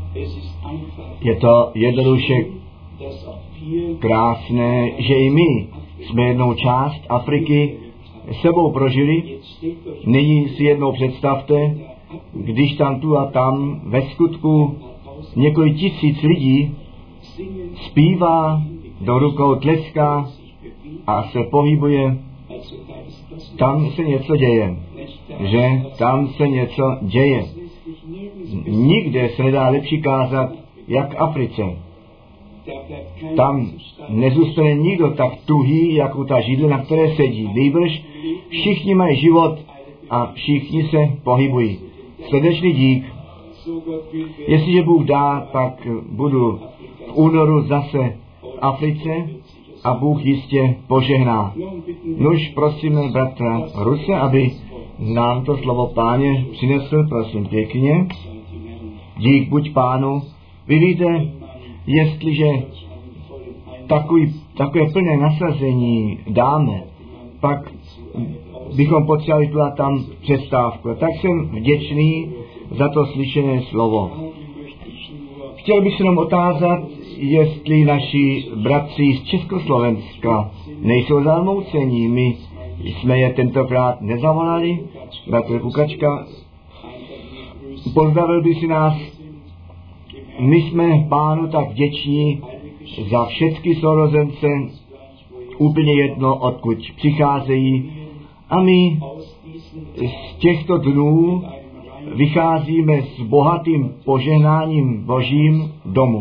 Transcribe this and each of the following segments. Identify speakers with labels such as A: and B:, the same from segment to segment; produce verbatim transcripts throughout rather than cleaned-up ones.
A: Je to jednoduše krásné, že i my jsme jednou část Afriky sebou prožili. Nyní si jednou představte, když tam tu a tam ve skutku několik tisíc lidí zpívá, do rukou tleská a se pohybuje, tam se něco děje, že tam se něco děje. Nikde se nedá lepší kázat, jak v Africe. Tam nezůstane nikdo tak tuhý, jako ta židle, na které sedí. Nýbrž všichni mají život a všichni se pohybují. Srdečný dík. Jestliže Bůh dá, tak budu v únoru zase v Africe a Bůh jistě požehná. Nož prosíme bratra Ruse, aby nám to slovo Páně přinesl, prosím pěkně. Dík buď Pánu. Vy víte, jestliže takový, takové plné nasazení dáme, pak bychom potřebovali tu a tam přestávku. Tak jsem vděčný za to slyšené slovo. Chtěl bych se nám otázat, jestli naši bratři z Československa nejsou zarmoucení. My jsme je tentokrát nezavolali. Bratr Kukačka pozdravil by si nás. My jsme Pánu tak vděční za všechny sourozence, úplně jedno, odkud přicházejí. A my z těchto dnů vycházíme s bohatým požehnáním Božím domů.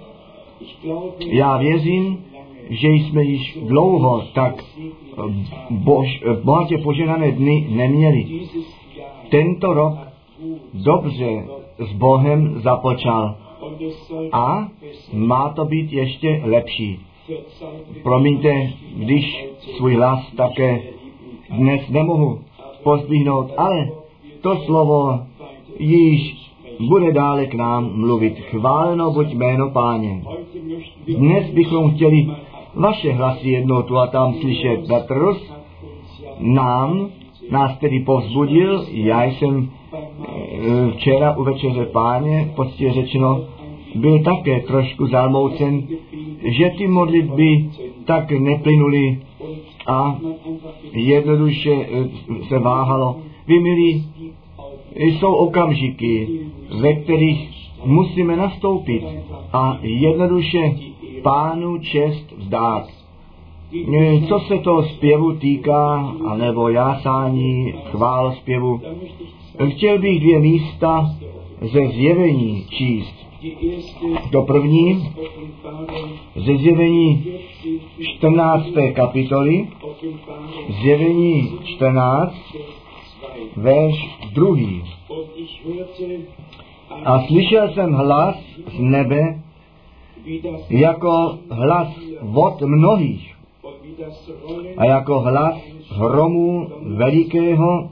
A: Já věřím, že jsme již dlouho tak bož, bohatě požehnané dny neměli. Tento rok dobře s Bohem započal a má to být ještě lepší. Promiňte, když svůj hlas také dnes nemohu pozdvihnout, ale to slovo již bude dále k nám mluvit. Chváleno buď jméno Páně. Dnes bychom chtěli vaše hlasy jednou tu a tam slyšet. Bratr Rus nám, nás tedy povzbudil. Já jsem včera u večeře Páně, poctivě řečeno, byl také trošku zarmoucen, že ty modlitby tak neplynuly a jednoduše se váhalo. Vy milí, jsou okamžiky, ve kterých musíme nastoupit a jednoduše Pánu čest vzdát. Co se toho zpěvu týká, anebo jásání, chvál zpěvu, chtěl bych dvě místa ze Zjevení číst. To první, ze Zjevení čtrnácté kapitoly, Zjevení čtrnáct, verš druhý. A slyšel jsem hlas z nebe, jako hlas vod mnohých a jako hlas hromu velikého.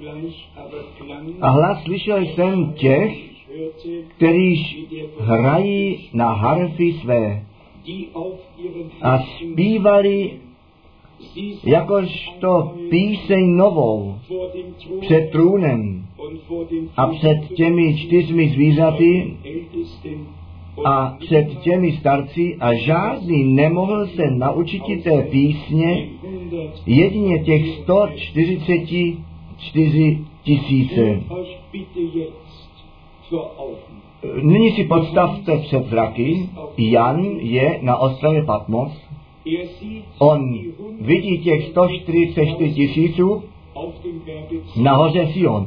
A: A hlas slyšel jsem těch, kterýž hrají na harfy své a zpívali jakožto píseň novou před trůnem a před těmi čtyřmi zvířaty a před těmi starci a žádný nemohl se naučit té písně, jedině těch sto čtyřicet čtyři tisíce. Nyní si podstavte před zraky, Jan je na ostrově Patmos, on vidí těch sto čtyřicet čtyři tisíců na hoře Sion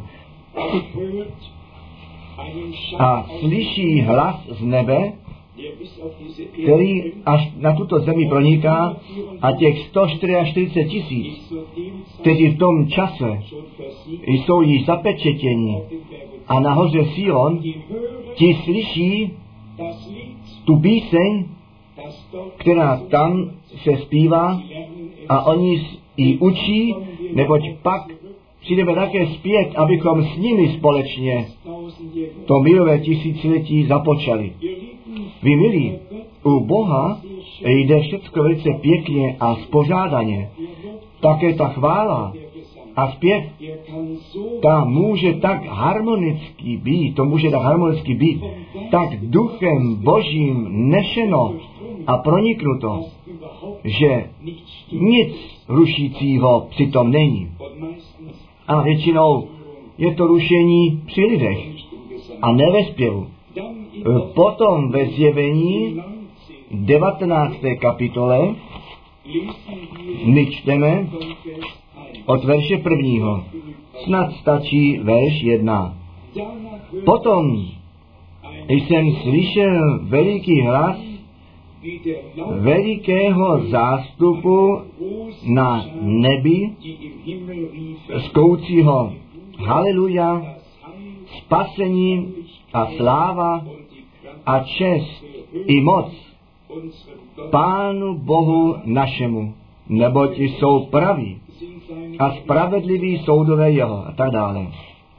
A: a slyší hlas z nebe, který až na tuto zemi proniká, a těch sto čtyřicet čtyři tisíc, kteří v tom čase jsou již zapečetěni a na hoře Sion, ti slyší tu píseň, která tam se zpívá, a oni ji učí, neboť pak přijdeme také zpět, abychom s nimi společně to milové tisíciletí započali. Vy milí, u Boha jde všechno velice pěkně a spořádaně. Také ta chvála, a zpěv, ta může tak harmonicky být, to může tak harmonicky být, tak duchem božím nešeno a proniknuto, že nic rušícího přitom není. A většinou je to rušení při lidech a ne ve zpěvu. Potom ve Zjevení devatenácté kapitole my čteme od verše prvního. Snad stačí verš jedna. Potom jsem slyšel veliký hlas velikého zástupu na nebi, zkoucího haleluja, spasení a sláva a čest i moc Pánu Bohu našemu, neboť jsou praví a spravedliví soudové jeho a tak dále.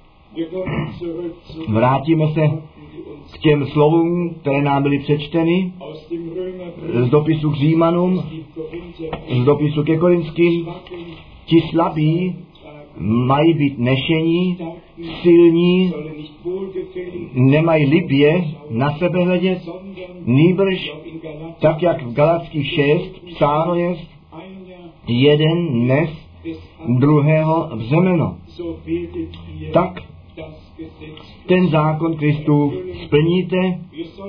A: Vrátíme se k těm slovům, které nám byly přečteny z dopisu k Římanům, z dopisu ke Korinským. Ti slabí mají být nešení, silní, nemají libě na sebe hledět, nýbrž, tak jak v Galatských šest psáno je, jeden nes druhého břemeno. Tak ten zákon Kristův splníte,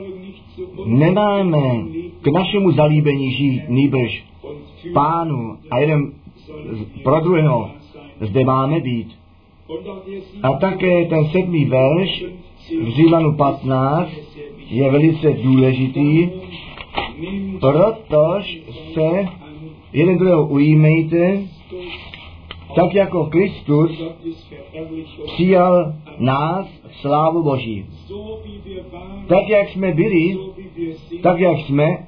A: nemáme k našemu zalíbení žít, nýbrž Pánu a jeden pro druhého zde máme být. A také ten sedmý verš v Římanu patnáct je velice důležitý, protože se jeden druhého ujímejte, tak jako Kristus přijal nás v slávu Boží. Tak jak jsme byli, tak jak jsme,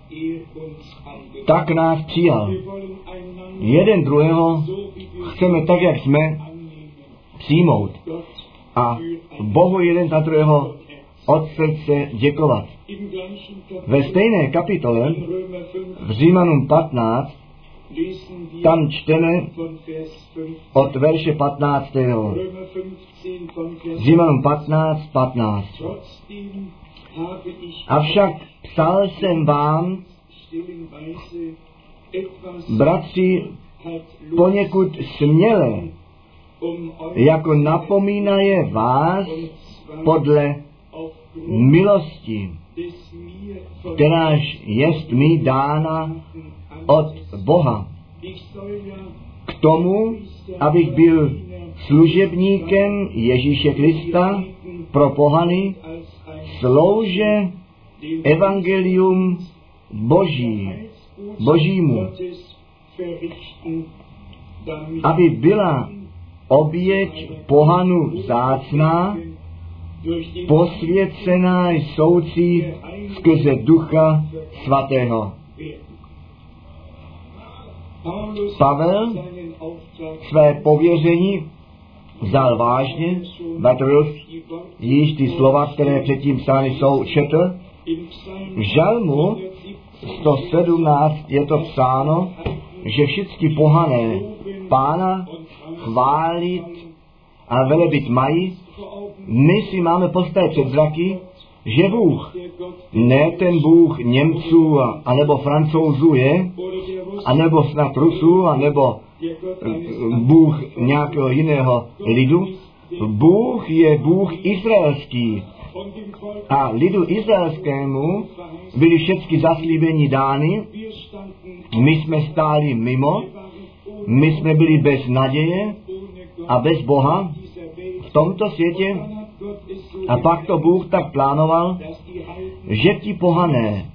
A: tak nás přijal. Jeden druhého chceme tak, jak jsme, přijmout. A Bohu jeden za druhého od srdce děkovat. Ve stejné kapitole v Římanům patnáct tam čteme od verše patnáctého. Římanům patnáct, patnáct. Avšak psal jsem vám, bratři, poněkud směle, jako napomínaje vás podle milosti, kteráž jest mi dána od Boha, k tomu, abych byl služebníkem Ježíše Krista pro pohany, slouže evangelium Boží, Božímu, aby byla oběť pohanu vzácná, posvěcená jsoucí skrze Ducha Svatého. Pavel své pověření vzal vážně, Batrus již ty slova, které předtím psány jsou, četl. V Žalmu sto sedmnáct je to psáno, že všichni pohané Pána chválit a velebit mají. My si máme postavit před zraky, že Bůh, ne ten Bůh Němců, anebo Francouzů je, anebo snad Rusů, anebo Bůh nějakého jiného lidu. Bůh je Bůh izraelský. A lidu izraelskému byly všechny zaslíbení dány, my jsme stáli mimo, my jsme byli bez naděje a bez Boha v tomto světě. A pak to Bůh tak plánoval, že ti pohané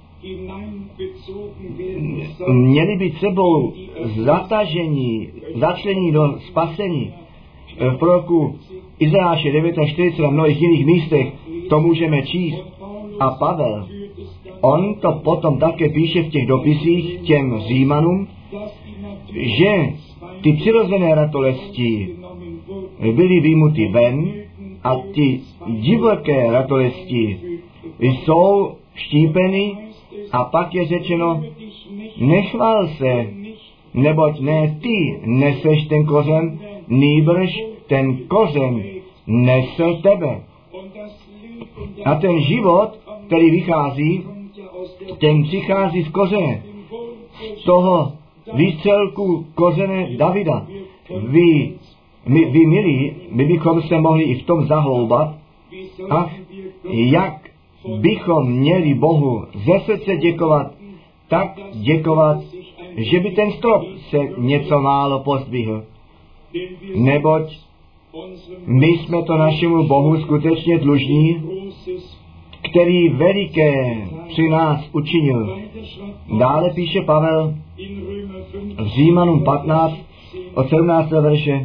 A: měli být sebou zatažení, začlení do spasení. V proroku Izajáše čtyřicet devět a mnohých jiných místech to můžeme číst. A Pavel, on to potom také píše v těch dopisích těm Římanům, že ty přirozené ratolesti byly vyjmuty ven a ty divoké ratolesti jsou vštípeny a pak je řečeno, nechvál se, neboť ne ty neseš ten kořen, nýbrž ten kořen nesl tebe. A ten život, který vychází, ten přichází z kořene, z toho výstřelku kořene Davida. Vy, my, vy milí, my bychom se mohli i v tom zahloubat, ach, jak bychom měli Bohu ze srdce děkovat, tak děkovat, že by ten strop se něco málo pozdvihl. Neboť my jsme to našemu Bohu skutečně dlužní, který veliké při nás učinil. Dále píše Pavel v Římanům patnáct od sedmnáctého verše.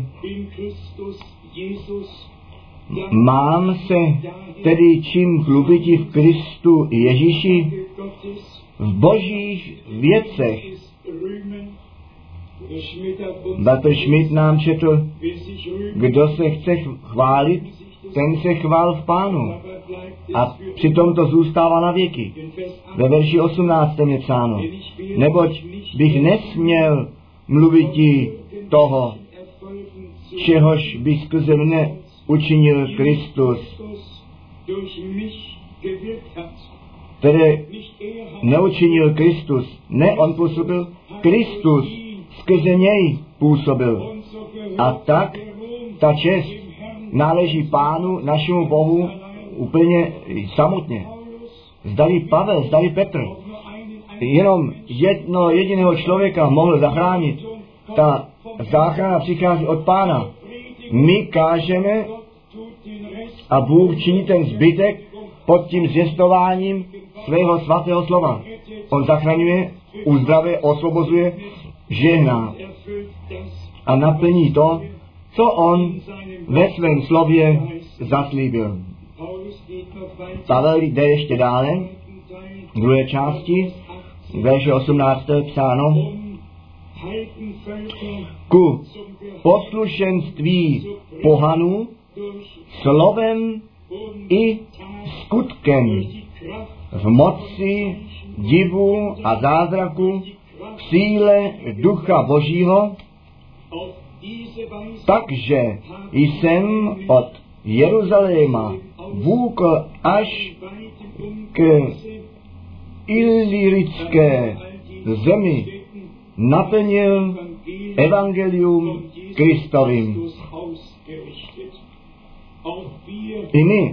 A: Mám se tedy čím chlubiti v Kristu Ježíši v božích věcech. Bratr Schmidt nám četl, kdo se chce chválit, ten se chvál v Pánu. A přitom to zůstává na věky. Ve verši osmnáctém je psáno. Neboť bych nesměl mluviti toho, čehož by skrze mne učinil Kristus, které neučinil Kristus. Ne, on působil, Kristus skrze něj působil. A tak ta čest náleží Pánu, našemu Bohu, úplně samotně. Zdali Pavel, zdali Petr, jenom jedno jediného člověka mohl zachránit. Ta záchrana přichází od Pána. My kážeme a Bůh činí ten zbytek pod tím zvěstováním svého svatého slova. On zachraňuje, uzdravuje, osvobozuje, žehná a naplní to, co on ve svém slově zaslíbil. Pavel jde ještě dále, v druhé části, verše osmnáct psáno, ku poslušenství pohanů slovem i skutkem v moci divu a zázraku v síle Ducha Božího, takže jsem od Jeruzaléma vůkl až k Illyrické zemi, naplnil evangelium Kristovým. I my,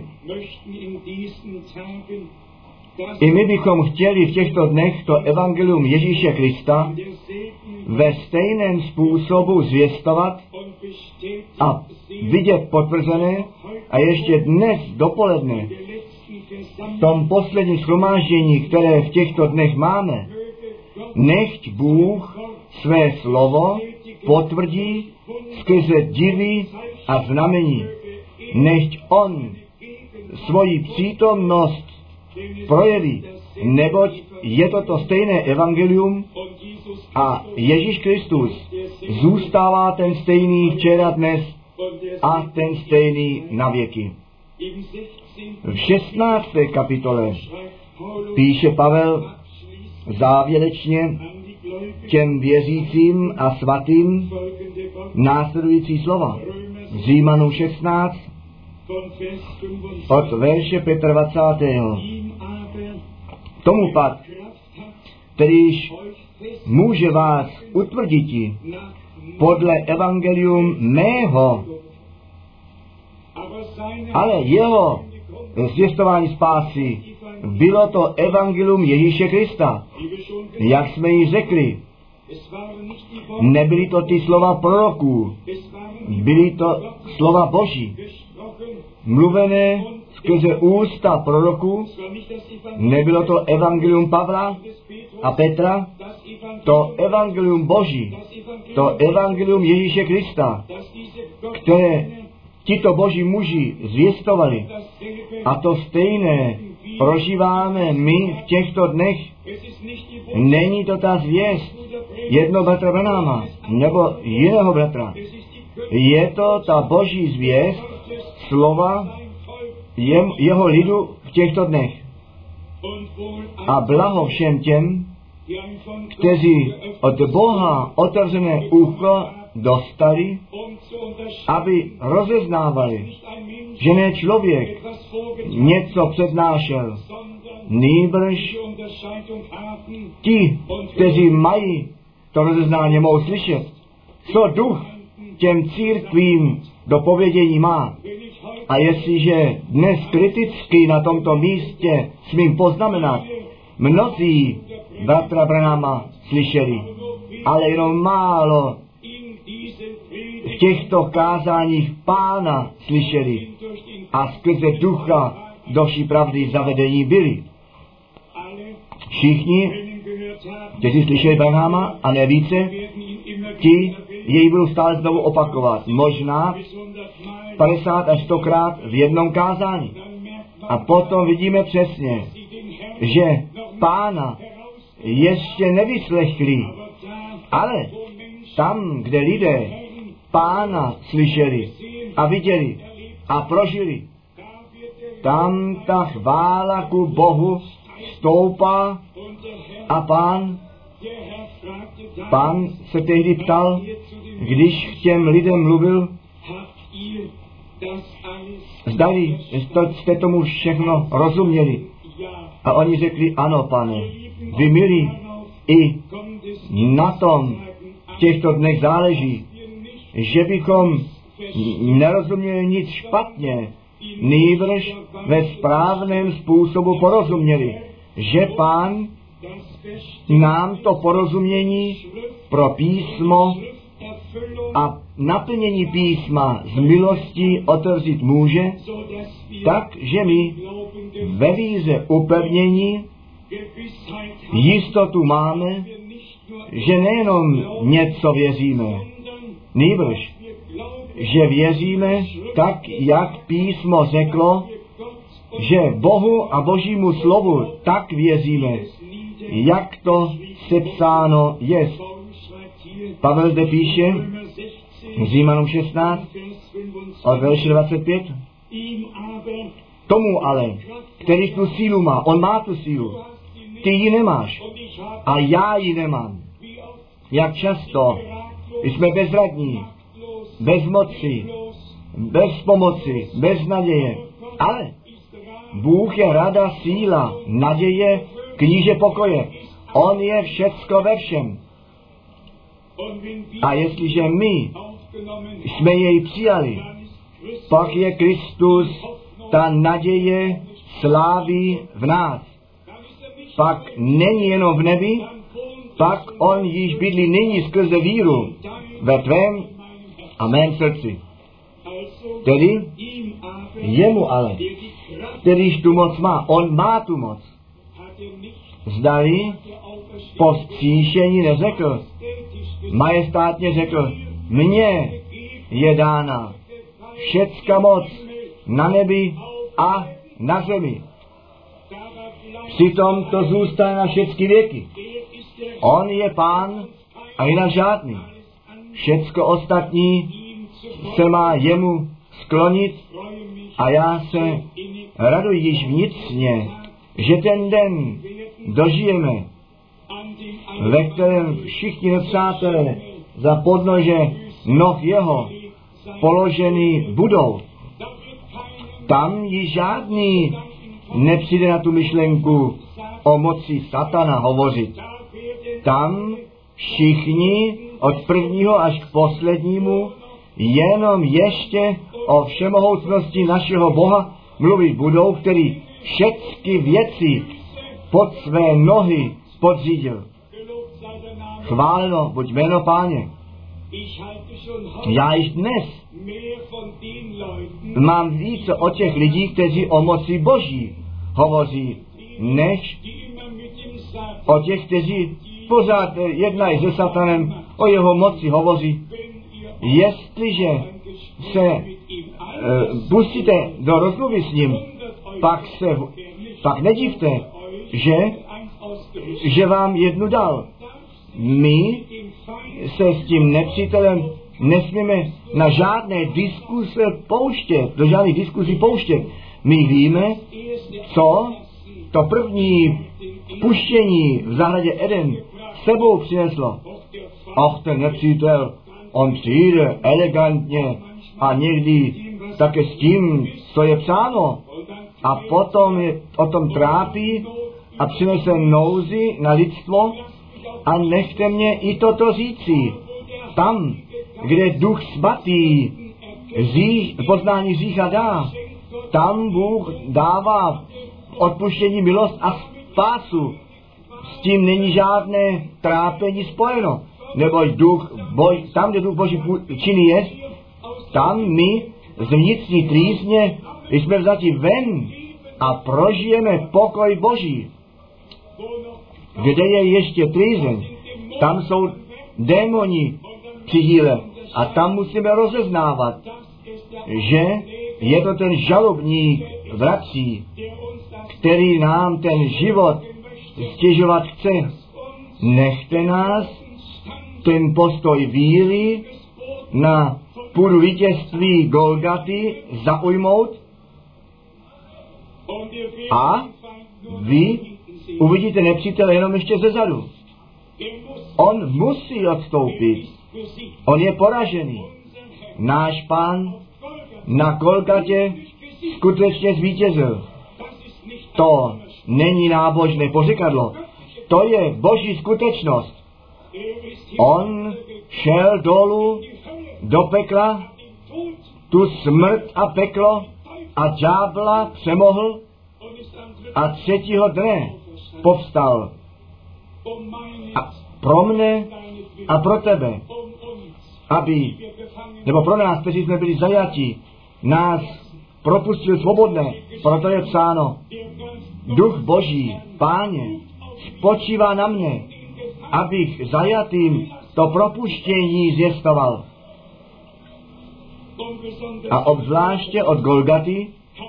A: I my bychom chtěli v těchto dnech to evangelium Ježíše Krista ve stejném způsobu zvěstovat a vidět potvrzené a ještě dnes dopoledne v tom posledním shromáždění, které v těchto dnech máme, nechť Bůh své slovo potvrdí skrze divy a znamení. Nechť on svoji přítomnost projeví, neboť je to to stejné evangelium a Ježíš Kristus zůstává ten stejný včera, dnes a ten stejný na věky. V šestnácté kapitole píše Pavel závěrečně těm věřícím a svatým následující slova. Římanům šestnáct od verše dvacátého pátého Tomu pak, kterýž může vás utvrditi podle evangelium mého, ale jeho zvěstování spásy bylo to evangelium Ježíše Krista. Jak jsme ji řekli, nebyly to ty slova proroků, byly to slova Boží, mluvené skrze ústa proroků. Nebylo to evangelium Pavla a Petra, to evangelium Boží, to evangelium Ježíše Krista, které tito boží muži zvěstovali. A to stejné prožíváme my v těchto dnech. Není to ta zvěst jednoho bratra Branáma nebo jiného bratra. Je to ta boží zvěst slova je, jeho lidu v těchto dnech. A blaho všem těm, kteří od Boha otevřené ucho dostali, aby rozeznávali, že ne člověk něco přednášel, nýbrž ti, kteří mají to rozeznání, mohou slyšet, co duch těm církvím do povědění má. A jestliže dnes kriticky na tomto místě smím poznamenat, mnozí bratra Branhama slyšeli, ale jenom málo v těchto kázáních Pána slyšeli a skrze ducha do vší pravdy zavedení byli. Všichni, kteří slyšeli Branhama a ne více, ti jej budou stále znovu opakovat. Možná padesát až stokrát v jednom kázání. A potom vidíme přesně, že Pána ještě nevyslechli, ale tam, kde lidé Pána slyšeli a viděli a prožili, tam ta chvála ku Bohu stoupá a Pán, Pán se tehdy ptal, když k těm lidem mluvil, zdali jste tomu všechno rozuměli. A oni řekli, ano, Pane, vy milí, i na tom v těchto dnech záleží, že bychom nerozuměli nic špatně, nýbrž ve správném způsobu porozuměli, že Pán nám to porozumění pro písmo a naplnění písma z milostí otevřít může, tak, že my ve víře upevnění jistotu máme, že nejenom něco věříme, nýbrž, že věříme tak, jak písmo řeklo, že Bohu a Božímu slovu tak věříme, jak to sepsáno je. Pavel zde píše v Římanům šestnáct od verše dvacet pět. Tomu ale, který tu sílu má, on má tu sílu, ty ji nemáš a já ji nemám. Jak často jsme bezradní, bez moci, bez pomoci, bez naděje, ale Bůh je rada, síla, naděje, kníže pokoje. On je všecko ve všem. A jestliže my jsme jej přijali, pak je Kristus ta naděje slávy v nás. Pak není jenom v nebi, pak on již bydlí nyní skrze víru ve tvém a mém srdci. Tedy jemu ale, kterýž tu moc má, on má tu moc. Zdali po vzkříšení neřekl, majestátně řekl, mně je dána všecka moc na nebi a na zemi. Přitom to zůstane na všechny věky. On je Pán a jinak žádný. Všecko ostatní se má jemu sklonit a já se raduji již vnitřně, že ten den dožijeme, ve kterém všichni nepřátelé za podnože noh jeho položený budou. Tam již žádný nepřijde na tu myšlenku o moci satana hovořit. Tam všichni od prvního až k poslednímu jenom ještě o všemohoucnosti našeho Boha mluvit budou, který všechny věci pod své nohy podřídil. Chváleno buď jméno Páně. Já již dnes mám více o těch lidí, kteří o moci Boží hovoří, než o těch, kteří pořád jednají se satanem, o jeho moci hovoří. Jestliže se e, pustíte do rozmluvy s ním, pak se pak nedivte, že, že vám jednu dal. My se s tím nepřítelem nesmíme na žádné diskuse pouštět, do žádných diskusí pouštět. My víme, co to první vpuštění v zahradě Eden sebou přineslo. Och, ten nepřítel On přijde elegantně a někdy také s tím, co je psáno, a potom je o tom trápí a přinese nouzi na lidstvo a nechte mě i toto říci. Tam, kde Duch Svatý zích, poznání řícha dá, tam Bůh dává odpuštění, milost a spásu. S tím není žádné trápení spojeno. Neboť duch bož, tam, kde Duch Boží činný je, tam my z vnitřní trýsně jsme vzati ven a prožijeme pokoj Boží. Kde je ještě trýzeň, tam jsou démoni při díle a tam musíme rozeznávat, že je to ten žalobník vrací, který nám ten život stěžovat chce. Nechte nás ten postoj víry na půdu vítězství Golgaty zaujmout a vy uvidíte nepřítele jenom ještě zezadu. On musí odstoupit. On je poražený. Náš Pán na Golgatě skutečně zvítězil. To není nábožné pořekadlo. To je Boží skutečnost. On šel dolů do pekla, tu smrt a peklo a ďábla přemohl a třetího dne povstal. A pro mne a pro tebe, aby, nebo pro nás, kteří jsme byli zajati, nás propustil svobodné, proto je psáno, Duch Boží, Páně, spočívá na mne, abych zajatým to propuštění zvěstoval. A obzvláště od Golgaty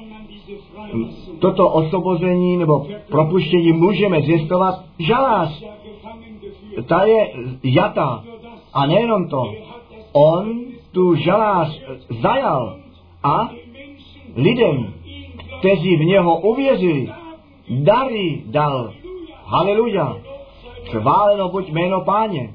A: toto osvobození nebo propuštění můžeme zvěstovat žalář. Ta je jata. A nejenom to. On tu žalář zajal a lidem, kteří v něho uvěřili, dary dal. Haleluja. Chváleno buď jméno Páně.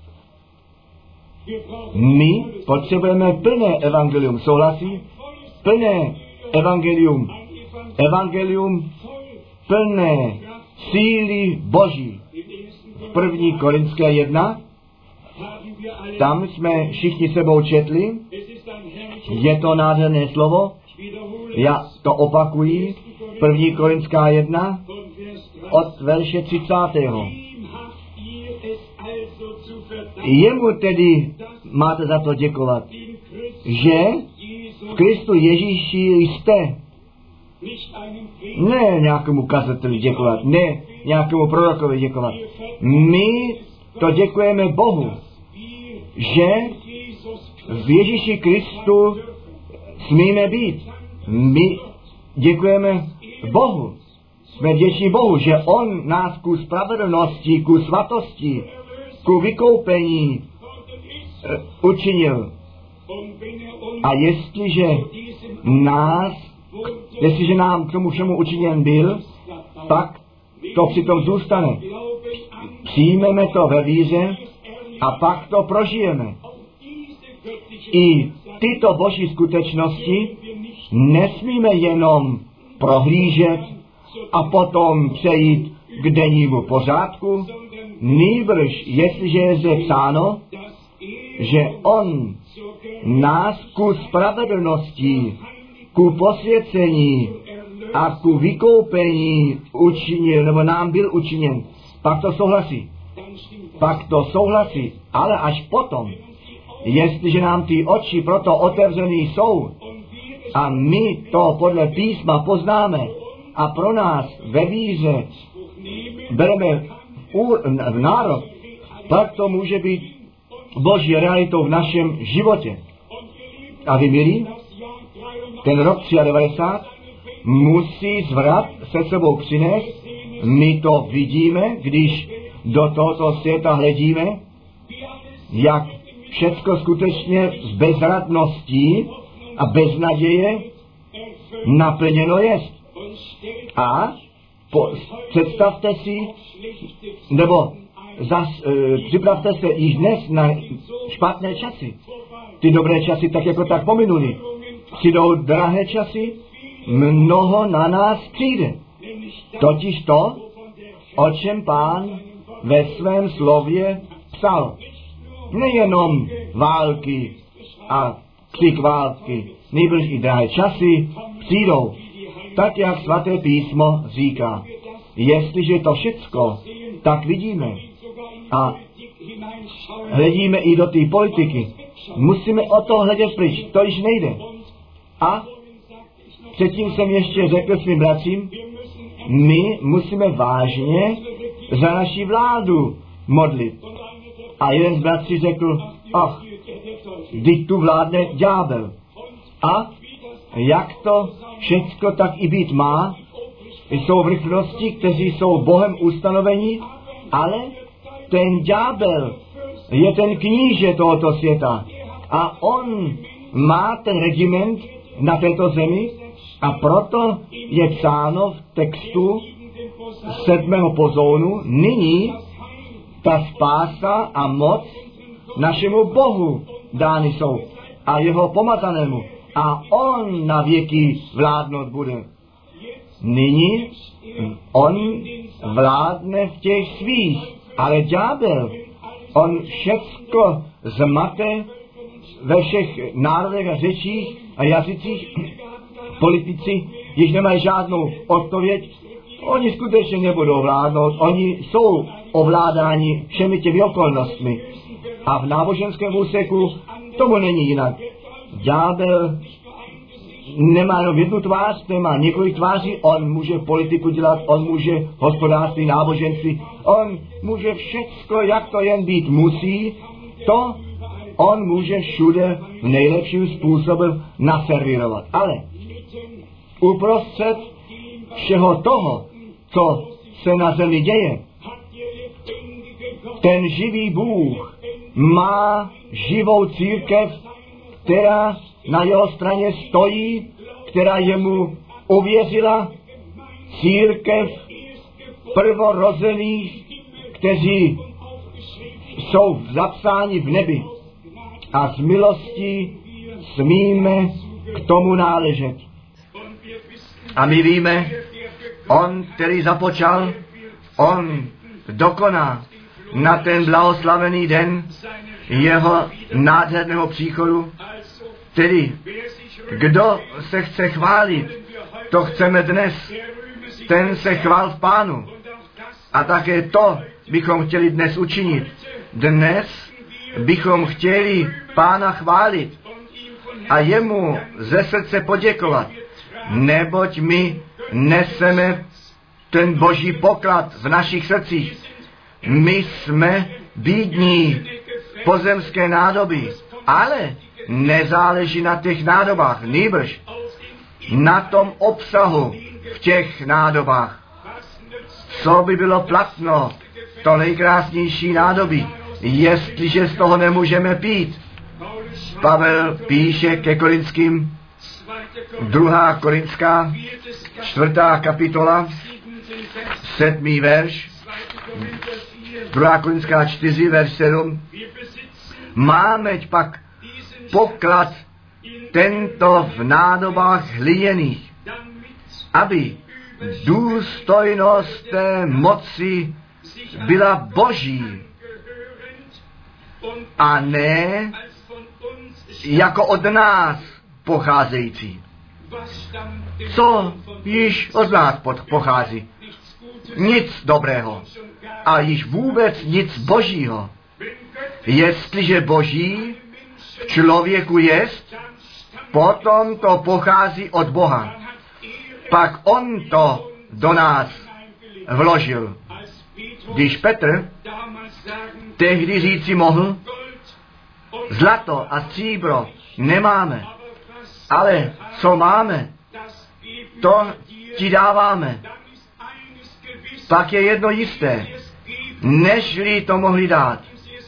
A: My potřebujeme plné evangelium. Souhlasí? Plné evangelium. Evangelium plné síly Boží. V první Korinské jedna, tam jsme všichni sebou četli, je to nádherné slovo, já to opakuji, první Korinská jedna, od verše třicátého Jemu tedy máte za to děkovat, že v Kristu Ježíši jste. Ne nějakému kazateli děkovat, ne nějakému prorokovi děkovat. My to děkujeme Bohu, že v Ježíši Kristu smíme být. My děkujeme Bohu. Jsme vděční Bohu, že On nás ku spravedlnosti, ku svatosti, ku vykoupení uh, učinil. A jestliže nás, jestliže nám k tomu všemu učiněn byl, pak to přitom zůstane. Přijmeme to ve víře a pak to prožijeme. I tyto boží skutečnosti nesmíme jenom prohlížet a potom přejít k dennímu pořádku, nýbrž, jestliže je zde psáno, že on nás ku spravedlnosti, ku posvěcení a ku vykoupení učinil, nebo nám byl učiněn, pak to souhlasí. Pak to souhlasí, ale až potom, jestliže nám ty oči proto otevřený jsou a my to podle písma poznáme a pro nás ve víře bereme v národ, pak to může být boží realitou v našem životě. A vy, milí, ten rok devadesát tři musí zvrat se sebou přinést. My to vidíme, když do tohoto světa hledíme, jak všecko skutečně s bezradností a beznaděje naplněno jest. A po, představte si, nebo zas, e, připravte se již dnes na špatné časy. Ty dobré časy tak jako tak pominuli. Přijdou drahé časy, mnoho na nás přijde. Totiž to, o čem Pán ve svém slově psal. Nejenom války a křik války, nejbrž i drahé časy přijdou. Tak, jak svaté písmo říká. Jestliže to všecko tak vidíme a hledíme i do té politiky, musíme o to hledět pryč, to již nejde. A předtím jsem ještě řekl svým bratřím, my musíme vážně za naši vládu modlit. A jeden z bratří řekl, ach, vždyť tu vládne ďábel. A jak to všecko tak i být má, jsou vrchnosti, kteří jsou Bohem ustanovení, ale ten ďábel je ten kníže tohoto světa. A on má ten regiment na této zemi a proto je psáno v textu sedmého pozónu, nyní ta spása a moc našemu Bohu dány jsou a jeho pomazanému. A on na věky vládnout bude. Nyní on vládne v těch svých, ale ďábel, on všecko zmate ve všech národech a řečích a jazycích. Politici, již nemají žádnou odpověď, oni skutečně nebudou vládnout, oni jsou ovládáni všemi těmi okolnostmi. A v náboženském úseku tomu není jinak. Ďábel nemá jenom jednu tvář, nemá několik tváří, on může politiku dělat, on může hospodářství, náboženství, on může všecko, jak to jen být musí, to on může všude v nejlepším způsobem naservírovat. Ale uprostřed všeho toho, co se na zemi děje, ten živý Bůh má živou církev, která na jeho straně stojí, která jemu uvěřila, církev prvorozených, kteří jsou zapsáni v nebi. A z milostí smíme k tomu náležet. A my víme, on, který započal, on dokoná na ten blahoslavený den jeho nádherného příchodu. Tedy, kdo se chce chválit, to chceme dnes. Ten se chvál v Pánu. A také to bychom chtěli dnes učinit. Dnes bychom chtěli Pána chválit a jemu ze srdce poděkovat, neboť my neseme ten boží poklad v našich srdcích. My jsme bídní pozemské nádoby, ale nezáleží na těch nádobách, nýbrž na tom obsahu v těch nádobách. Co by bylo platno, to nejkrásnější nádobí, jestliže z toho nemůžeme pít. Pavel píše ke Korinským, druhá Korinská, čtvrtá kapitola, sedmý verš, druhá Korinská čtyři, verš sedm. Máme pak poklad tento v nádobách hliněných, aby důstojnost té moci byla boží a ne jako od nás pocházející. Co již od nás pochází? Nic dobrého. A již vůbec nic božího. Jestliže boží v člověku jest, potom to pochází od Boha. Pak on to do nás vložil. Když Petr tehdy říci mohl, zlato a stříbro nemáme, ale co máme, to ti dáváme. Pak je jedno jisté, nežli to mohli dát.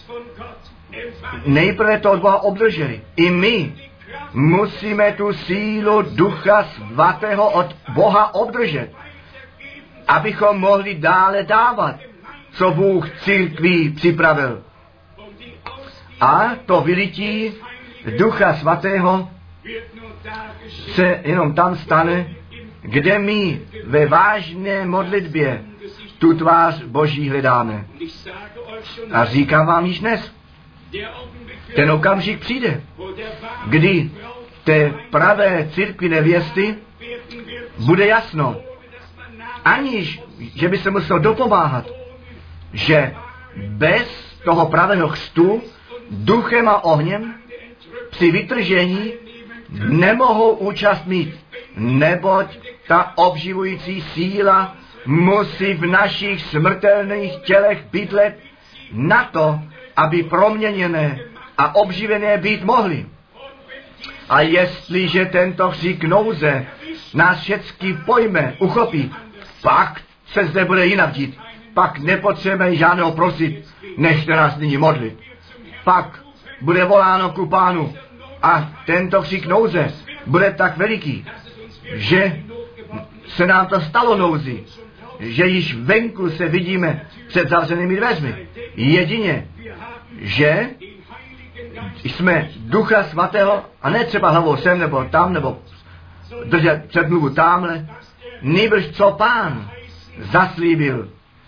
A: Nejprve to od Boha obdrželi. I my musíme tu sílu Ducha Svatého od Boha obdržet, abychom mohli dále dávat. co Bůh církví připravil. A to vylití Ducha Svatého se jenom tam stane, kde my ve vážné modlitbě tu tvář Boží hledáme. A říkám vám již dnes, ten okamžik přijde, kdy té pravé církvi nevěsty bude jasno, aniž, že by se musel dopomáhat, že bez toho pravého křtu, duchem a ohněm, při vytržení nemohou účast mít, neboť ta obživující síla musí v našich smrtelných tělech bydlet na to, aby proměněné a obživené být mohly. A jestliže tento křik nouze nás všechny pojme, uchopí, pak se zde bude jinak dít. Pak nepotřebujeme žádného prosit, nechte nás nyní modlit. Pak bude voláno ku Pánu a tento křik nouze bude tak veliký, že se nám to stalo nouzi, že již venku se vidíme před zavřenými dveřmi. Jedině, že jsme Ducha Svatého, a ne třeba hlavou sem nebo tam, nebo držet předmluvu tamhle, nýbrž co Pán zaslíbil.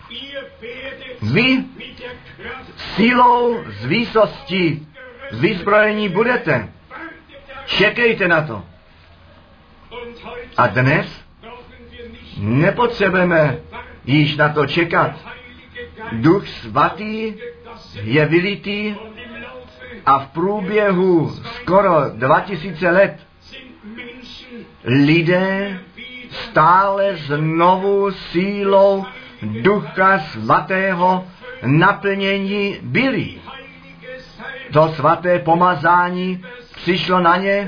A: Vy sílou z výsosti vyzbrojení budete. Čekejte na to. A dnes nepotřebujeme již na to čekat. Duch Svatý je vylitý a v průběhu skoro dva tisíce let lidé stále znovu sílou Ducha Svatého naplnění byli. To svaté pomazání přišlo na ně,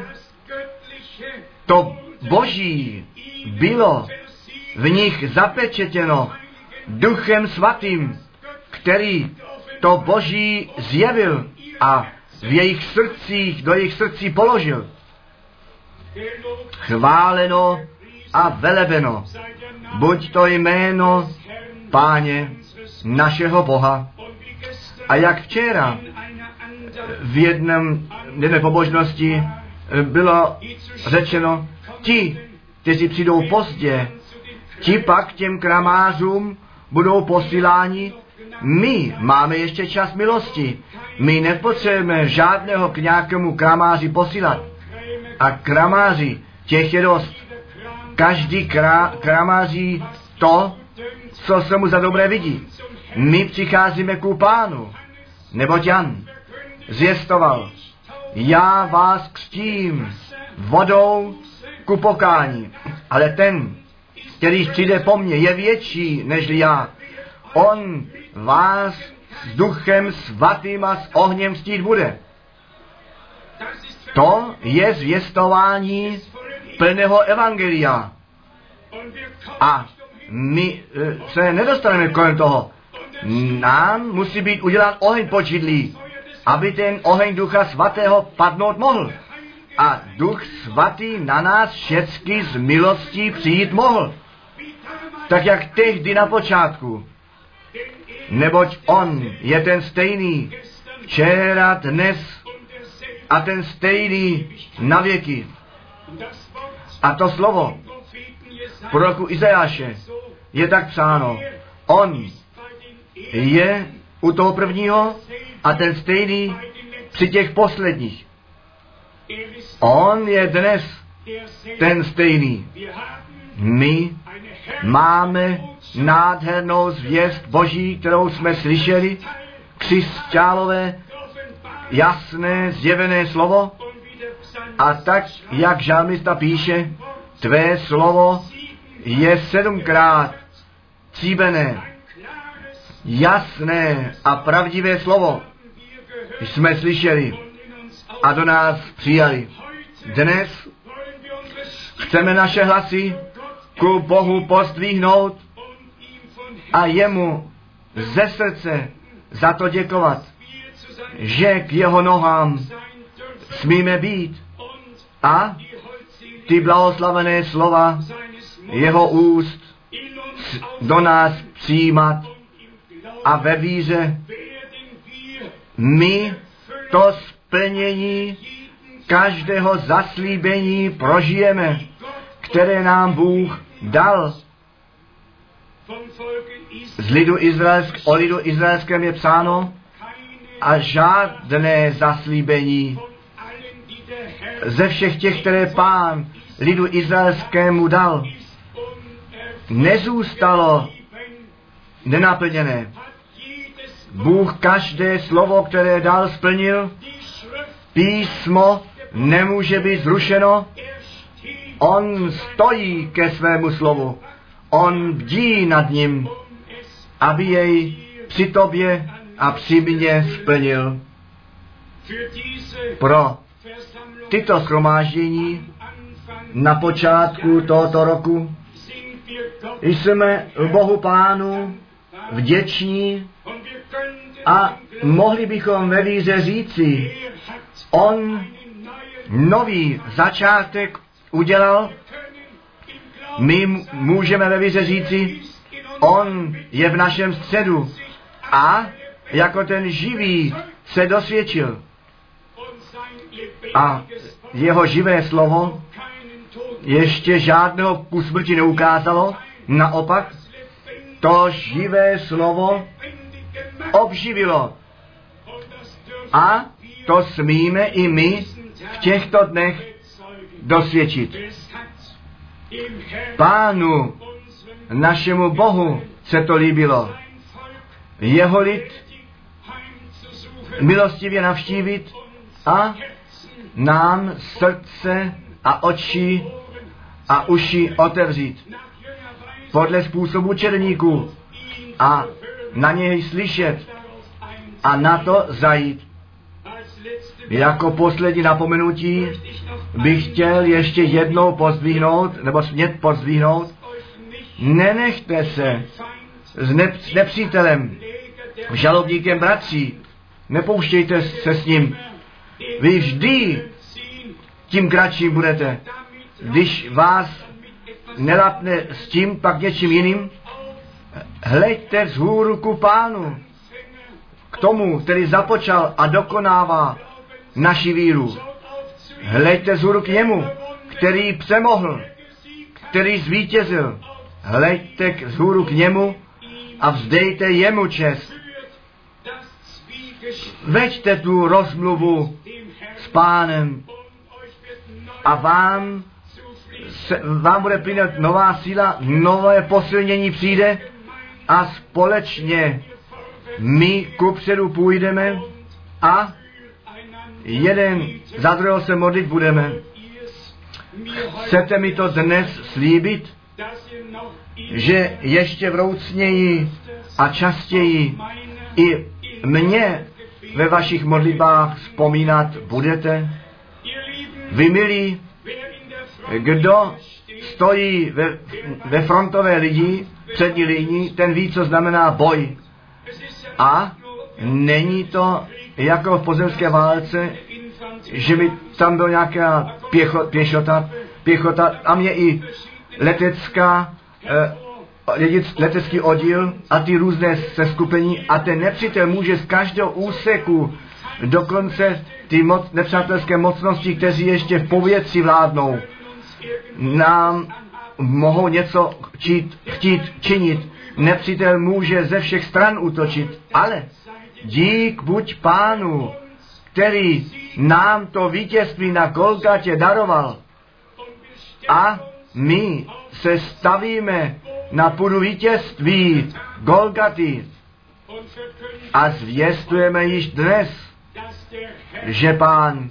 A: to Boží bylo v nich zapečetěno Duchem Svatým, který to Boží zjevil a v jejich srdcích, do jejich srdcí položil. Chváleno a velebeno buď to jméno Páně našeho Boha. A jak včera v jednom, jedné pobožnosti bylo řečeno, ti, kteří přijdou pozdě, ti pak těm kramářům budou posíláni. My máme ještě čas milosti. My nepotřebujeme žádného k nějakému kramáři posílat. A kramáři, těch je dost. Každý krá, kramáří to, co se mu za dobré vidí. My přicházíme ku Pánu. Neboť Jan zvěstoval, já vás křtím vodou ku pokání, ale ten, který přijde po mně, je větší než já. On vás s Duchem Svatým a s ohněm ctít bude. To je zvěstování plného evangelia. A my se nedostaneme kolem toho. Nám musí být udělán oheň počidlý, aby ten oheň Ducha Svatého padnout mohl. A Duch Svatý na nás všecky z milostí přijít mohl. Tak jak tehdy na počátku. Neboť on je ten stejný včera, dnes a ten stejný na věky. A to slovo proroku Izajáše je tak psáno. On je u toho prvního a ten stejný při těch posledních. On je dnes ten stejný. My máme nádhernou zvěst Boží, kterou jsme slyšeli, křišťálové, jasné, zjevené slovo. A tak, jak žalmista píše, tvé slovo je sedmkrát tříbené, jasné a pravdivé slovo jsme slyšeli a do nás přijali. Dnes chceme naše hlasy ku Bohu pozdvihnout a jemu ze srdce za to děkovat, že k jeho nohám smíme být a ty blahoslavené slova jeho úst do nás přijímat A ve víře my to splnění každého zaslíbení prožijeme, které nám Bůh dal. Z lidu izraelsk, o lidu izraelském je psáno a žádné zaslíbení ze všech těch, které Pán lidu izraelskému dal, nezůstalo nenaplněné. Bůh každé slovo, které dal, splnil. Písmo nemůže být zrušeno. On stojí ke svému slovu. On bdí nad ním, aby jej při tobě a při mně splnil. Pro tyto shromáždění na počátku tohoto roku jsme Bohu Pánu vděční a mohli bychom ve víře říci, on nový začátek udělal. My můžeme ve víře říci, on je v našem středu a jako ten živý se dosvědčil. A jeho živé slovo ještě žádného ku smrti neukázalo. Naopak, to živé slovo obživilo. A to smíme i my v těchto dnech dosvědčit. Pánu, našemu Bohu, se to líbilo. Jeho lid milostivě navštívit a nám srdce a oči a uši otevřít. Podle způsobu černíků a na něj slyšet a na to zajít. Jako poslední napomenutí bych chtěl ještě jednou pozdvihnout, nebo smět pozdvihnout, nenechte se s nep- nepřítelem, žalobníkem bratří, nepouštějte se s ním. Vy vždy tím kratším budete. Když vás nelapne s tím, pak něčím jiným, hleďte vzhůru ku Pánu, k tomu, který započal a dokonává naši víru. Hleďte vzhůru k němu, který přemohl, který zvítězil. Hleďte vzhůru k němu a vzdejte jemu čest. Veďte tu rozmluvu s Pánem a vám, se, vám bude plynout nová síla, nové posilnění přijde a společně my kupředu půjdeme a jeden za druhého se modlit budeme. Chcete mi to dnes slíbit, že ještě vroucněji a častěji i mě ve vašich modlitbách vzpomínat budete? Vy milí, kdo stojí ve, ve frontové lidi, přední linii, ten ví, co znamená boj. A není to jako v pozemské válce, že by tam byl nějaká pěcho, pěšota, pěchota, tam je i letecká, eh, letecký oddíl a ty různé seskupení a ten nepřítel může z každého úseku, dokonce ty moc, nepřátelské mocnosti, kteří ještě v povětří vládnou, nám mohou něco chtít, chtít činit. Nepřítel může ze všech stran útočit, ale dík buď Pánu, který nám to vítězství na Golgatě daroval. A my se stavíme na půdu vítězství Golgaty a zvěstujeme již dnes, že Pán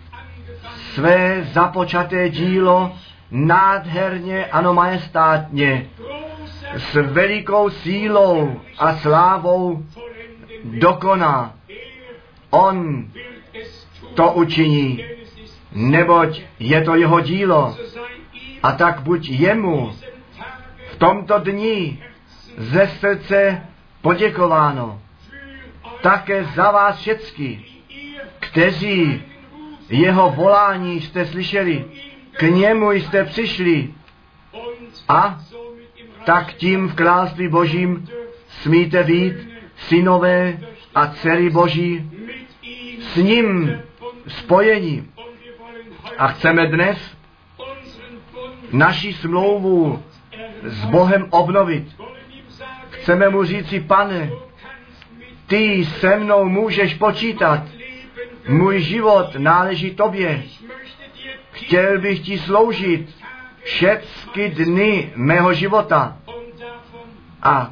A: své započaté dílo nádherně, ano majestátně, s velikou sílou a slávou dokoná. On to učiní, neboť je to jeho dílo. A tak buď jemu v tomto dni ze srdce poděkováno. Také za vás všecky, kteří jeho volání jste slyšeli, k němu jste přišli a tak tím v království Božím smíte být synové a dcery Boží s ním spojení. A chceme dnes naši smlouvu s Bohem obnovit. Chceme mu říci, Pane, ty se mnou můžeš počítat. Můj život náleží tobě. Chtěl bych ti sloužit všechny dny mého života. A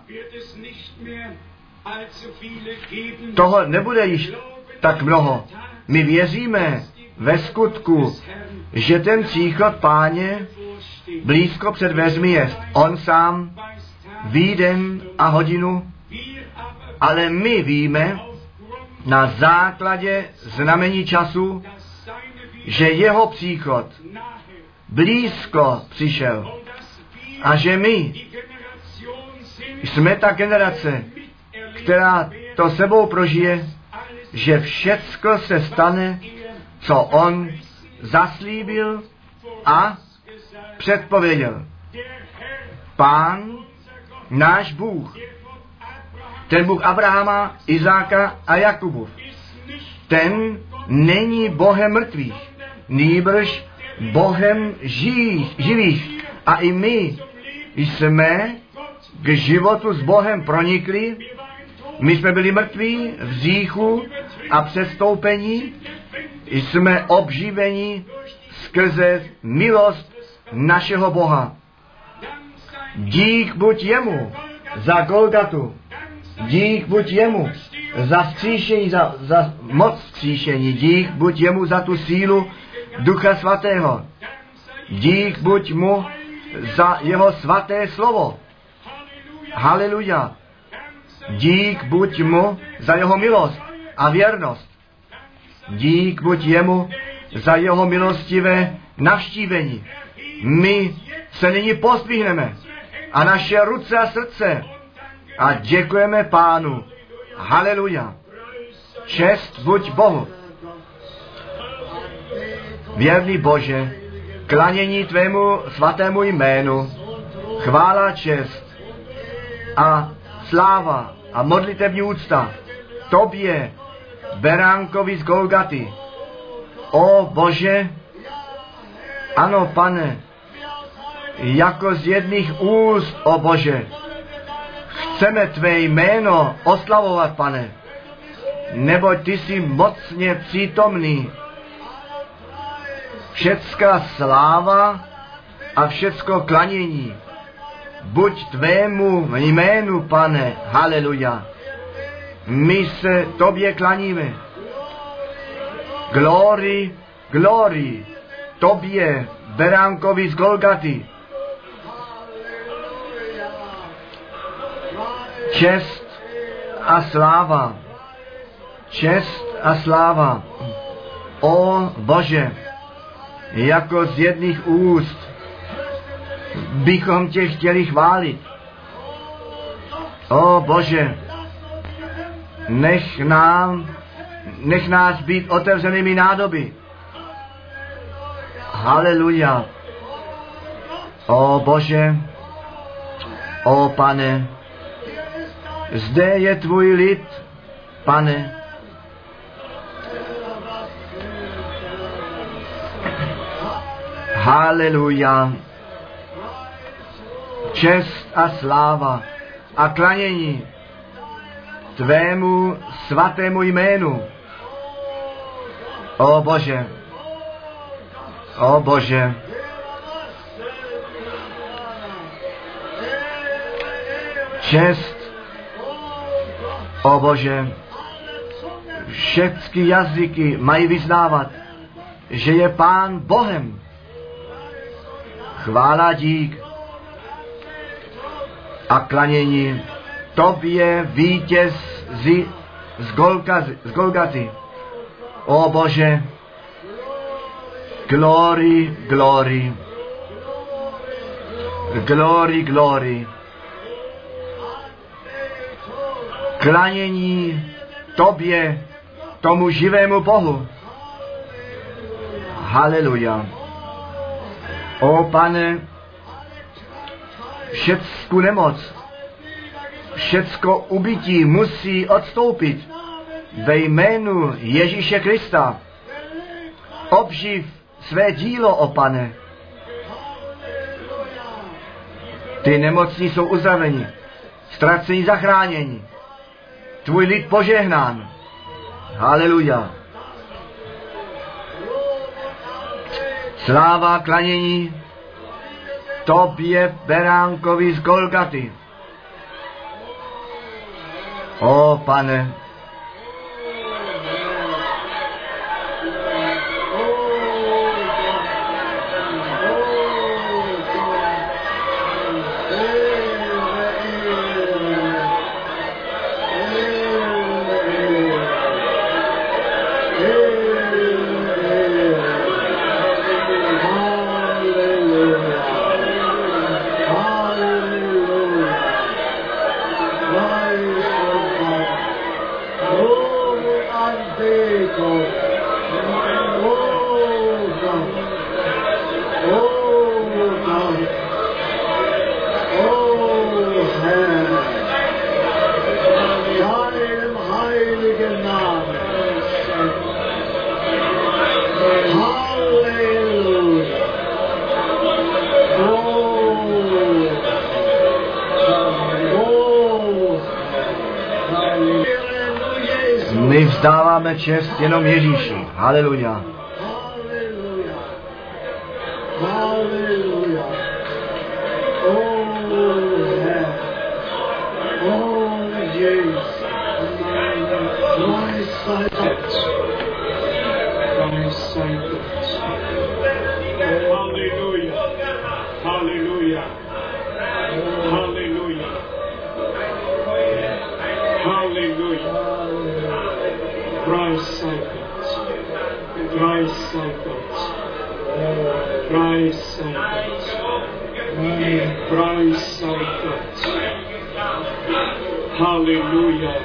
A: toho nebude již tak mnoho. My věříme ve skutku, že ten příchod Páně blízko před dveřmi jest. On sám ví den a hodinu, ale my víme na základě znamení času, že jeho příchod blízko přišel a že my jsme ta generace, která to sebou prožije, že všecko se stane, co on zaslíbil a předpověděl. Pán, náš Bůh, ten Bůh Abrahama, Izáka a Jakubův, ten není Bohem mrtvých, nýbrž Bohem živých, živých. A i my jsme k životu s Bohem pronikli. My jsme byli mrtví v hříchu a přestoupení. Jsme obživeni skrze milost našeho Boha. Dík buď jemu za Golgatu. Dík buď jemu za vzkříšení, za, za moc vzkříšení. Dík buď jemu za tu sílu Ducha Svatého. Dík buď mu za jeho svaté slovo. Haleluja. Dík buď mu za jeho milost a věrnost. Dík buď jemu za jeho milostivé navštívení. My se nyní pozdvihneme a naše ruce a srdce a děkujeme Pánu. Haleluja. Čest buď Bohu. Věrný Bože, klanění tvému svatému jménu, chvála, čest a sláva a modlitební úcta tobě, beránkovi z Golgaty. O Bože, ano, Pane, jako z jedných úst, o Bože, chceme tvé jméno oslavovat, Pane, neboť ty jsi mocně přítomný. Všecká sláva a všecko klanění buď tvému jménu, Pane, haleluja. My se tobě klaníme. Glory, glory, tobě, beránkovi z Golgaty. Čest a sláva, čest a sláva, o Bože, jako z jedných úst bychom tě chtěli chválit. O Bože, nech nám, nech nás být otevřenými nádoby. Haleluja. O Bože, o Pane, zde je tvůj lid, Pane. Haleluja. Čest a sláva a klanění tvému svatému jménu. O Bože, o Bože, čest, o Bože, všechny jazyky mají vyznávat, že je Pán Bohem. Chvála, dík a klanění tobě, vítězi z, Golgazy, z Golgaty. O Bože, glory, glory, glory, glory, klanění tobě, tomu živému Bohu. Haleluja. O Pane, všecku nemoc, všecko ubytí musí odstoupit ve jménu Ježíše Krista. Obživ své dílo, o Pane. Ty nemocní jsou uzdraveni, ztracení zachráněni. Tvůj lid požehnán. Haleluja. Sláva, klanění tobě, beránkovi z Golgaty. O Pane, my vzdáváme čest jenom Ježíši. Haleluja.
B: Hallelujah. Oh, yeah. Oh, yes. My silence. My silence. Hallelujah. Hallelujah. Hallelujah. Hallelujah. Christ silence. Christ silence. Christ silence. Christ silence. Hallelujah.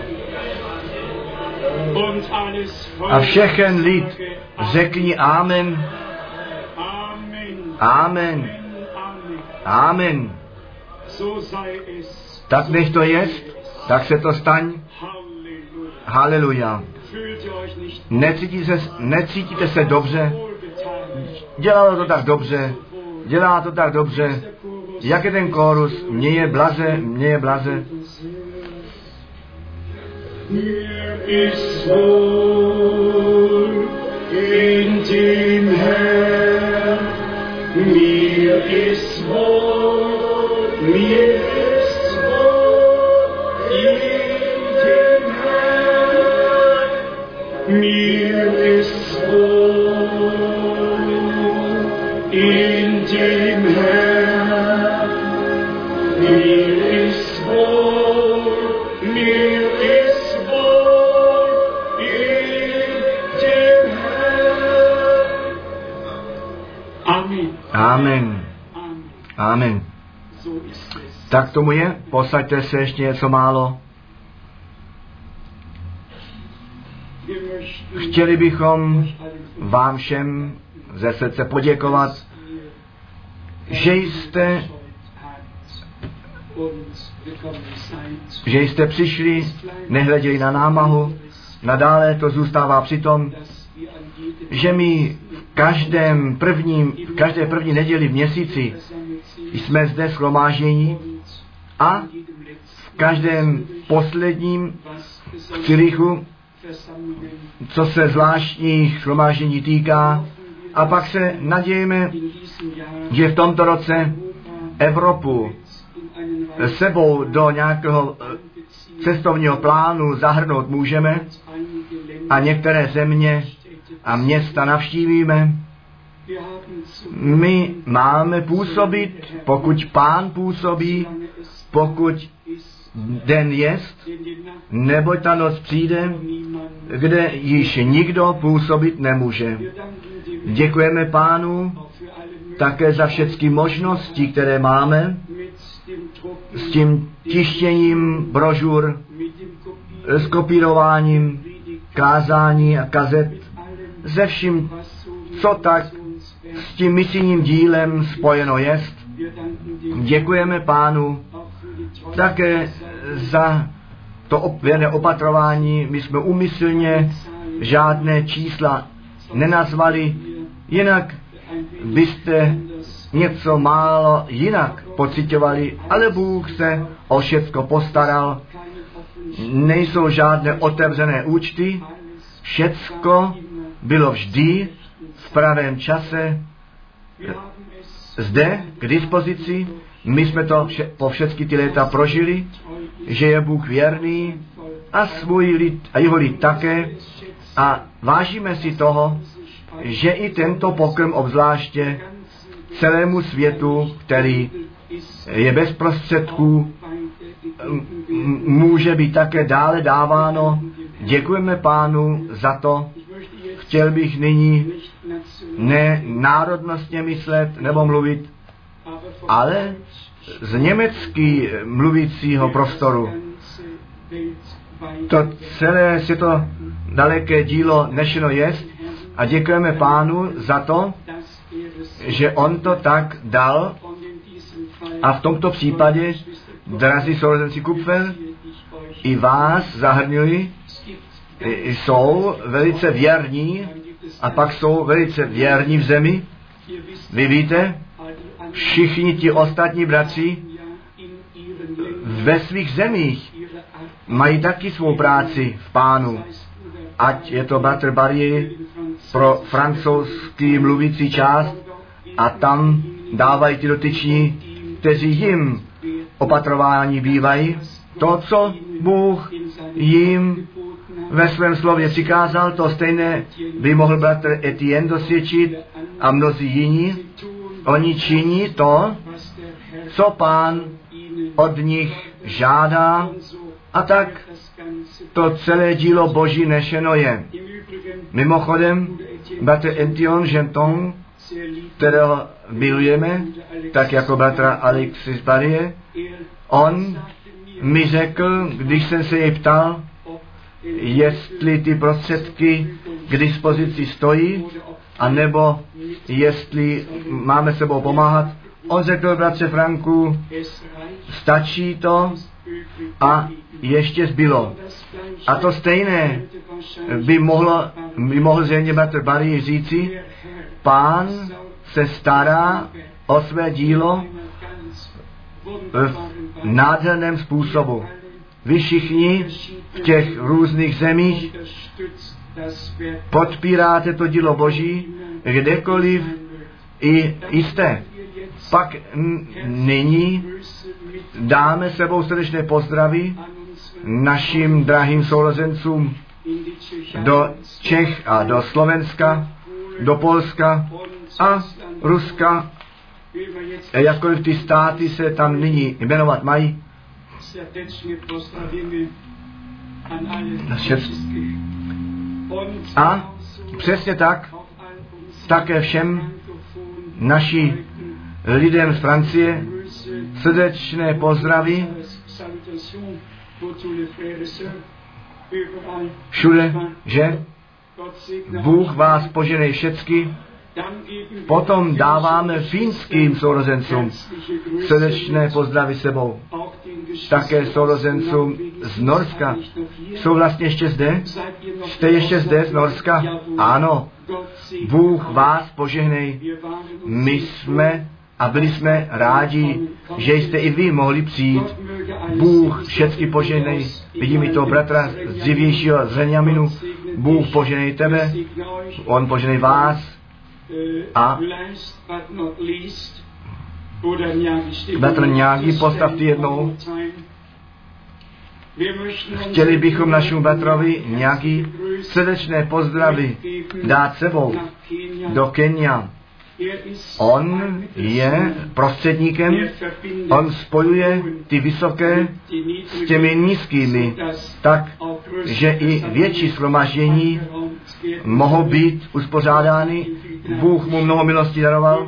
B: Und alles Volk
A: A všechen lid řekni amen.
B: Amen.
A: Amen.
B: Amen.
A: Amen.
B: So sei es.
A: Tak nech to jest, tak se to staň.
B: Halleluja.
A: Haleluja.
B: Fühlt ihr euch nicht
A: Necítíte se, necítíte se dobře?
B: wohlgetan?
A: Dělalo to tak dobře. Dělá to tak dobře. Jak je ten kórus? Mně je blaze, mně je blaze.
B: Mir ist wohl in dem Herrn. Mir ist wohl, mir ist wohl in dem Herrn. Mir ist wohl in dem Herrn. Mir ist wohl, mir ist wohl in dem Herrn. Amen.
A: Amen.
B: Amen.
A: Amen.
B: So ist es.
A: Tak tomu je. Posaďte se ještě něco málo.
B: Wir möchten
A: Chtěli bychom
B: euch allen von
A: vám všem ze srdce poděkovat, že jste,
B: und gekommen seid,
A: že jste přišli, nehleděli na námahu. Nadále to zůstává při tom,
B: dass wir an jedem
A: že my v každém prvním, v každé první neděli v měsíci
B: versammelt sind
A: jsme zde shromáždění
B: und
A: a
B: an jedem letzten
A: v každém posledním
B: was
A: v
B: besondere
A: Zürichu,
B: Versammlungen
A: co se zvláštních shromáždění týká. A pak se nadějeme,
B: in diesem Jahr
A: že v tomto roce
B: Europa
A: Evropu
B: in einen Reich
A: sebou do nějakého eh,
B: einbeziehen,
A: cestovního plánu zahrnout můžeme
B: einige Länder,
A: a některé země a města navštívíme.
B: wir haben zu
A: My máme působit, pokud Pán působí,
B: lange es
A: pokud
B: ist,
A: den jest,
B: denn die Nacht
A: neboť ta noc přijde,
B: niemand.
A: kde již nikdo působit nemůže.
B: Wir danken dem
A: Děkujeme Pánu
B: auch für alle
A: také za všechny možnosti, které máme
B: mit dem Drucken,
A: s tím tištěním brožur,
B: mit dem Kopieren,
A: s kopírováním kázání a kazet,
B: allem,
A: ze vším,
B: was so
A: co tak
B: Missionswerk.
A: s tím misijním dílem spojeno jest.
B: Wir danken dem
A: Děkujeme Pánu
B: auch für die Treue
A: také za to věrné opatrování. My jsme úmyslně žádné čísla nenazvali, jinak byste něco málo jinak pociťovali, ale Bůh se o všecko postaral. Nejsou žádné otevřené účty, všecko bylo vždy v pravém čase zde k dispozici. My jsme to vše, po všechny ty léta prožili, že je Bůh věrný a svůj lid a jeho lid také. A vážíme si toho, že i tento pokrm obzvláště celému světu, který je bez prostředků, může být také dále dáváno. Děkujeme Pánu za to. Chtěl bych nyní ne národnostně myslet nebo mluvit, ale z německý mluvícího prostoru. To celé se to daleké dílo nešeno jest a děkujeme Pánu za to, že on to tak dal a v tomto případě, drazí sourozenci Kupfer, i vás zahrnuli, jsou velice věrní a pak jsou velice věrní v zemi. Vy víte, všichni ti ostatní bratři ve svých zemích mají taky svou práci v Pánu. Ať je to bratr Barrier pro francouzský mluvící část a tam dávají ti dotyční, kteří jim opatrování bývají. To, co Bůh jim ve svém slově přikázal, to stejné by mohl bratr Etienne dosvědčit a mnozí jiní. Oni činí to, co Pán od nich žádá, a tak to celé dílo Boží nešeno je. Mimochodem, bratr Etienne Genton, kterého milujeme, tak jako bratra Alexis Barrier, on mi řekl, když jsem se jej ptal, jestli ty prostředky k dispozici stojí, anebo jestli máme sebou pomáhat. On řekl, bratře Franku, stačí to a ještě zbylo. A to stejné by, mohlo, by mohl zřejmě bratr Barry říci, Pán se stará o své dílo v nádherném způsobu. Vy všichni v těch různých zemích podpíráte to dílo Boží, kdekoliv i jste. Pak n- nyní dáme sebou srdečné pozdravy našim drahým sourozencům do Čech a do Slovenska, do Polska a Ruska, jakkoliv ty státy se tam nyní jmenovat mají. A přesně tak, také všem naši lidem z Francie srdečné pozdravy všude, že Bůh vás poženej všecky. Potom dáváme finským sourozencům srdečné pozdravy sebou. Také sourozencům z Norska. Jsou vlastně ještě zde? Jste ještě zde z Norska? Ano. Bůh vás požehnej. My jsme a byli jsme rádi, že jste i vy mohli přijít. Bůh všecky požehnej. Vidím i toho bratra z dřívějšího Zrenjaminu. Bůh požehnej tebe. On požehnej vás. A bratr Nějaký, postav ty jednou. Chtěli bychom našemu bratrovi Nějaký srdečné pozdravy dát sebou do Kenia. On je prostředníkem, on spojuje ty vysoké s těmi nízkými, tak, že i větší shromaždění mohou být uspořádány. Bůh mu mnoho milostí daroval.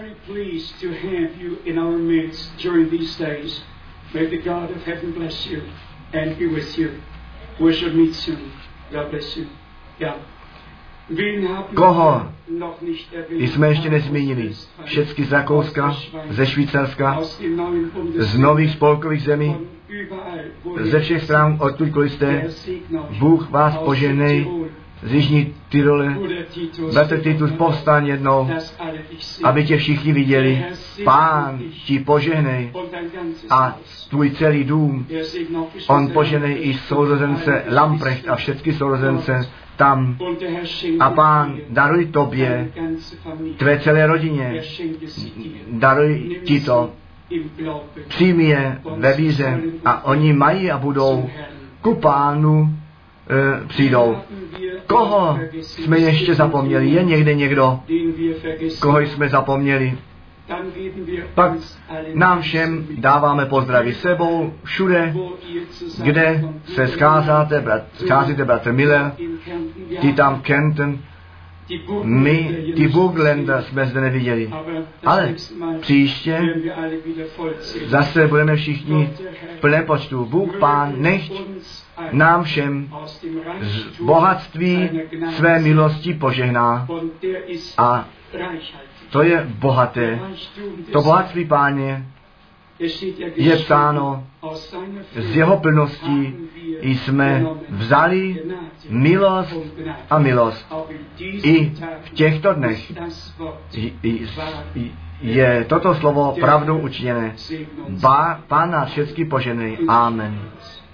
A: Koho jsme ještě nezmínili? Všecky z Rakouska, ze Švýcarska, z nových spolkových zemí, ze všech stran, odkudkoliv jste. Bůh vás požehnej z Jižní Tyrole. Bratr Titus, povstaň jednou, aby tě všichni viděli. Pán ti požehnej a tvůj celý dům. On požehnej i sourozence Lamprecht a všechny sourozence tam. A Pán daruj tobě, tvé celé rodině, daruj ti to. Přijmi je ve víře a oni mají a budou ku Pánu e, přijdou. Koho jsme ještě zapomněli? Je někde někdo, koho jsme zapomněli? Pak nám všem dáváme pozdravy sebou, všude, kde se scházíte, brat, scházíte, bratr Miller, ty tam Kenton, my, ty Burgländer, jsme zde neviděli. Ale příště zase budeme všichni v plném počtu. Bůh Pán nechť nám všem z bohatství své milosti požehná. A to je bohaté. To bohatství Páně je psáno, z jeho plností jsme vzali milost a milost. I v těchto dnech je toto slovo pravdou učiněné. Pán nás všechny poženej. Amen.